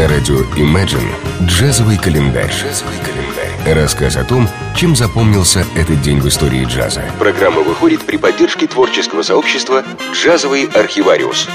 На радио Imagine «Джазовый календарь». Рассказ о том, чем запомнился этот день в истории джаза. Программа выходит при поддержке творческого сообщества «Джазовый архивариус».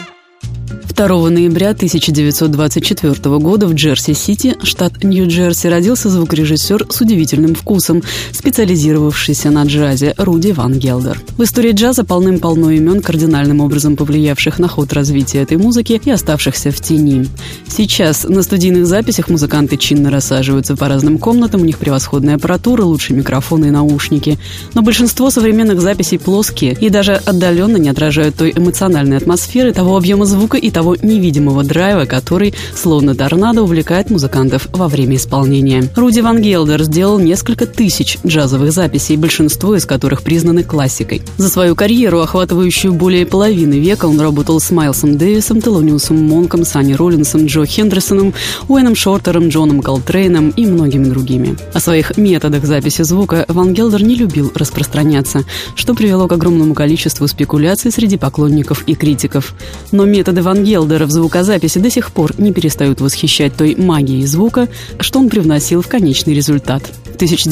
2 ноября 1924 года в Джерси-Сити, штат Нью-Джерси, родился звукорежиссер с удивительным вкусом, специализировавшийся на джазе, Руди Ван Гелдер. В истории джаза полным-полно имен, кардинальным образом повлиявших на ход развития этой музыки и оставшихся в тени. Сейчас на студийных записях музыканты чинно рассаживаются по разным комнатам, у них превосходная аппаратура, лучшие микрофоны и наушники. Но большинство современных записей плоские и даже отдаленно не отражают той эмоциональной атмосферы, того объема звука и того невидимого драйва, который, словно торнадо, увлекает музыкантов во время исполнения. Руди Ван Гелдер сделал несколько тысяч джазовых записей, большинство из которых признаны классикой. За свою карьеру, охватывающую более половины века, он работал с Майлсом Дэвисом, Телониусом Монком, Санни Роллинсом, Джо Хендерсоном, Уэйном Шортером, Джоном Колтрейном и многими другими. О своих методах записи звука Ван Гелдер не любил распространяться, что привело к огромному количеству спекуляций среди поклонников и критиков. Но методы Ван Гелдера в звукозаписи до сих пор не перестают восхищать той магией звука, что он привносил в конечный результат. В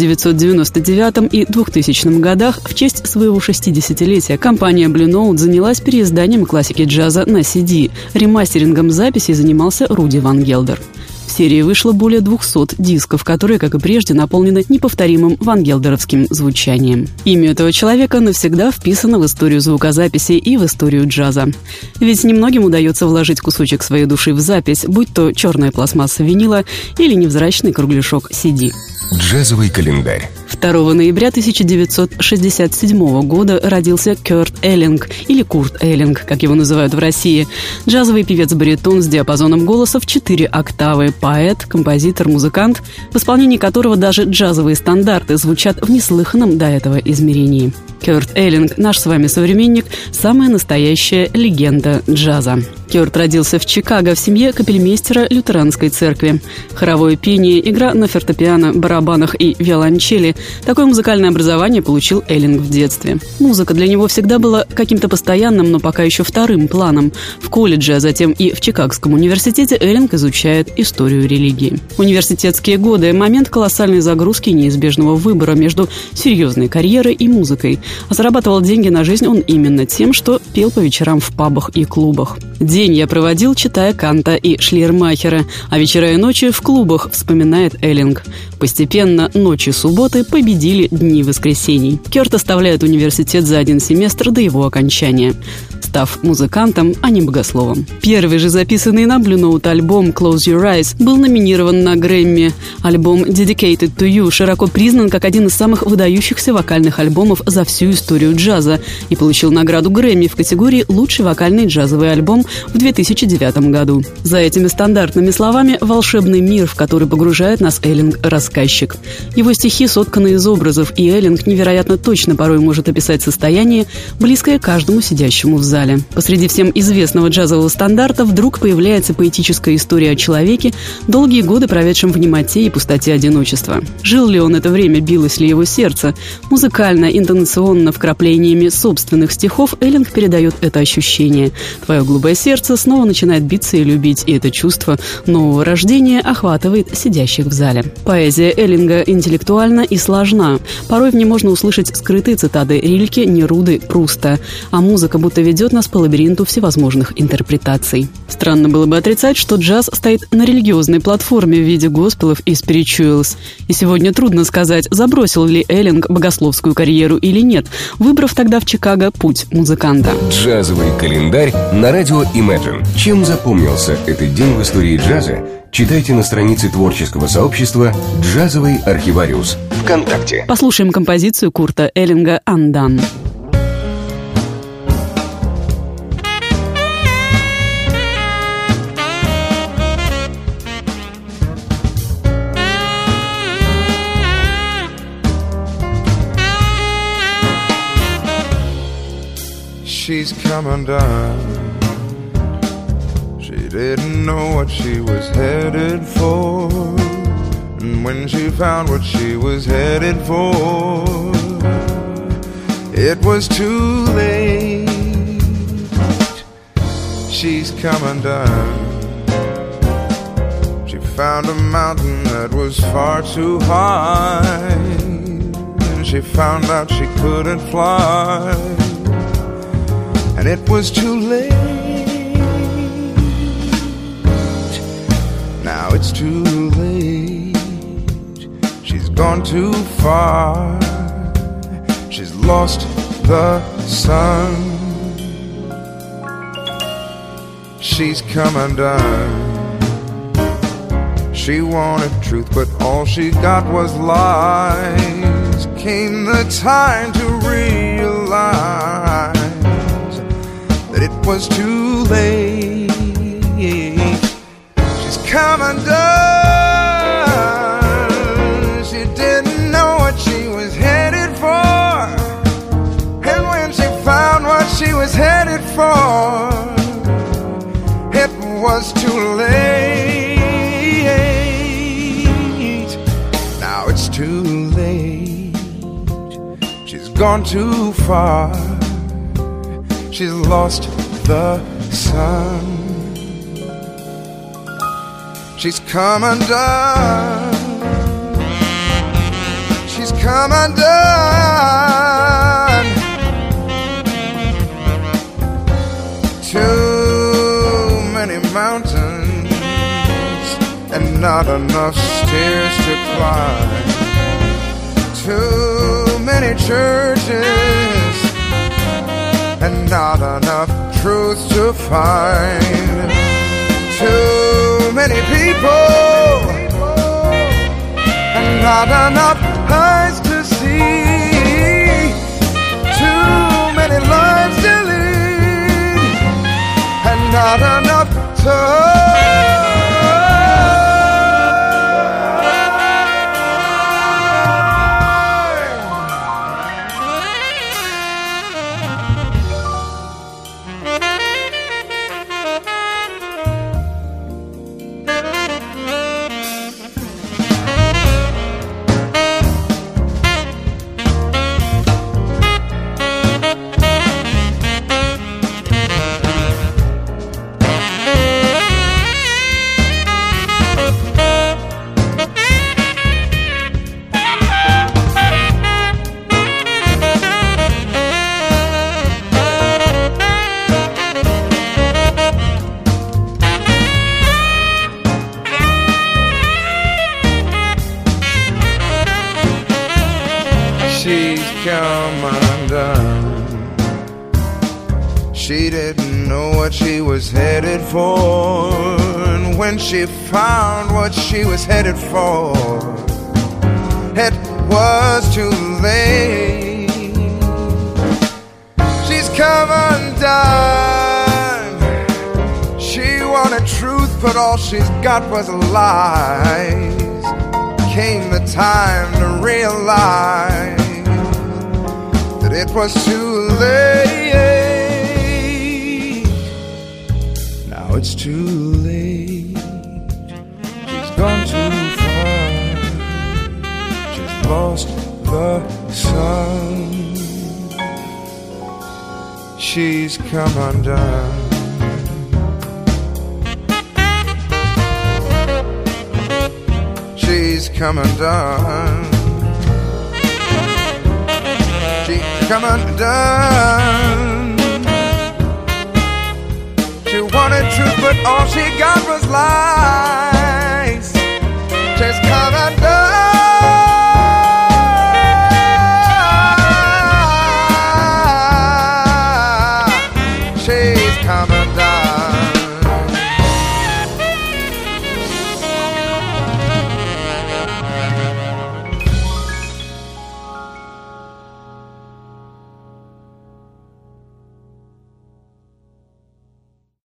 1999 и 2000 годах в честь своего 60-летия компания Blue Note занялась переизданием классики джаза на CD. Ремастерингом записей занимался Руди Ван Гелдер. В серии вышло более 200 дисков, которые, как и прежде, наполнены неповторимым вангелдеровским звучанием. Имя этого человека навсегда вписано в историю звукозаписи и в историю джаза. Ведь немногим удается вложить кусочек своей души в запись, будь то черная пластмасса винила или невзрачный кругляшок CD. Джазовый календарь. 2 ноября 1967 года родился Кёрт Эллинг, или Курт Эллинг, как его называют в России. Джазовый певец-баритон с диапазоном голоса в 4 октавы, поэт, композитор, музыкант, в исполнении которого даже джазовые стандарты звучат в неслыханном до этого измерении. Кёрт Эллинг, наш с вами современник, самая настоящая легенда джаза. Кёрт родился в Чикаго в семье капельмейстера лютеранской церкви. Хоровое пение, игра на фортепиано, барабанах и виолончели – такое музыкальное образование получил Эллинг в детстве. Музыка для него всегда была каким-то постоянным, но пока еще вторым планом. В колледже, а затем и в Чикагском университете Эллинг изучает историю религии. Университетские годы – момент колоссальной загрузки и неизбежного выбора между серьезной карьерой и музыкой. А зарабатывал деньги на жизнь он именно тем, что пел по вечерам в пабах и клубах. «День я проводил, читая Канта и Шлейермахера, а вечера и ночи в клубах», вспоминает Эллинг. Постепенно ночи субботы победили дни воскресений. Кёрт оставляет университет за один семестр до его окончания, став музыкантом, а не богословом. Первый же записанный на Blue Note альбом «Close Your Eyes» был номинирован на Грэмми. Альбом «Dedicated to You» широко признан как один из самых выдающихся вокальных альбомов за всю историю джаза и получил награду Грэмми в категории «Лучший вокальный джазовый альбом» в 2009 году. За этими стандартными словами волшебный мир, в который погружает нас Эллинг, рассказчик. Его стихи сотканы из образов, и Эллинг невероятно точно порой может описать состояние, близкое каждому сидящему в зале. Посреди всем известного джазового стандарта вдруг появляется поэтическая история о человеке, долгие годы проведшем в немоте и пустоте одиночества. Жил ли он это время, билось ли его сердце? Музыкально, интонационно, вкраплениями собственных стихов Эллинг передает это ощущение. Твое глупое сердце снова начинает биться и любить, и это чувство нового рождения охватывает сидящих в зале. Поэзия Эллинга интеллектуальна и сложна. Порой в ней можно услышать скрытые цитаты Рильке, Неруды, Пруста, а музыка будто ведет нас по лабиринту всевозможных интерпретаций. Странно было бы отрицать, что джаз стоит на религиозной платформе в виде госпелов и спиричуэлс. И сегодня трудно сказать, забросил ли Эллинг богословскую карьеру или нет, выбрав тогда в Чикаго путь музыканта. Джазовый календарь на радио Imagine. Чем запомнился этот день в истории джаза? Читайте на странице творческого сообщества «Джазовый архивариус» ВКонтакте. Послушаем композицию Курта Эллинга «Undone». She's come undone. She didn't know what she was headed for, and when she found what she was headed for, it was too late. She's come undone. She found a mountain that was far too high, and she found out she couldn't fly, and it was too late. Now it's too late. She's gone too far. She's lost the sun. She's come undone. She wanted truth, but all she got was lies. Came the time to realize that it was too late. She's come undone. She didn't know what she was headed for, and when she found what she was headed for, it was too late. Now it's too late. She's gone too far. She's lost the sun. She's come undone. She's come undone. Too many mountains and not enough stairs to climb. Too many churches and not enough truth to find. Too many people and not enough eyes to see. Too many lives to lead and not enough time. Come undone. She didn't know what she was headed for, and when she found what she was headed for, it was too late. She's come undone. She wanted truth, but all she's got was lies. Came the time to realize it was too late. Now it's too late. She's gone too far. She's lost the sun. She's come undone. She's come undone. Come undone. She wanted truth, but all she got was lies. She's come undone. She's come undone.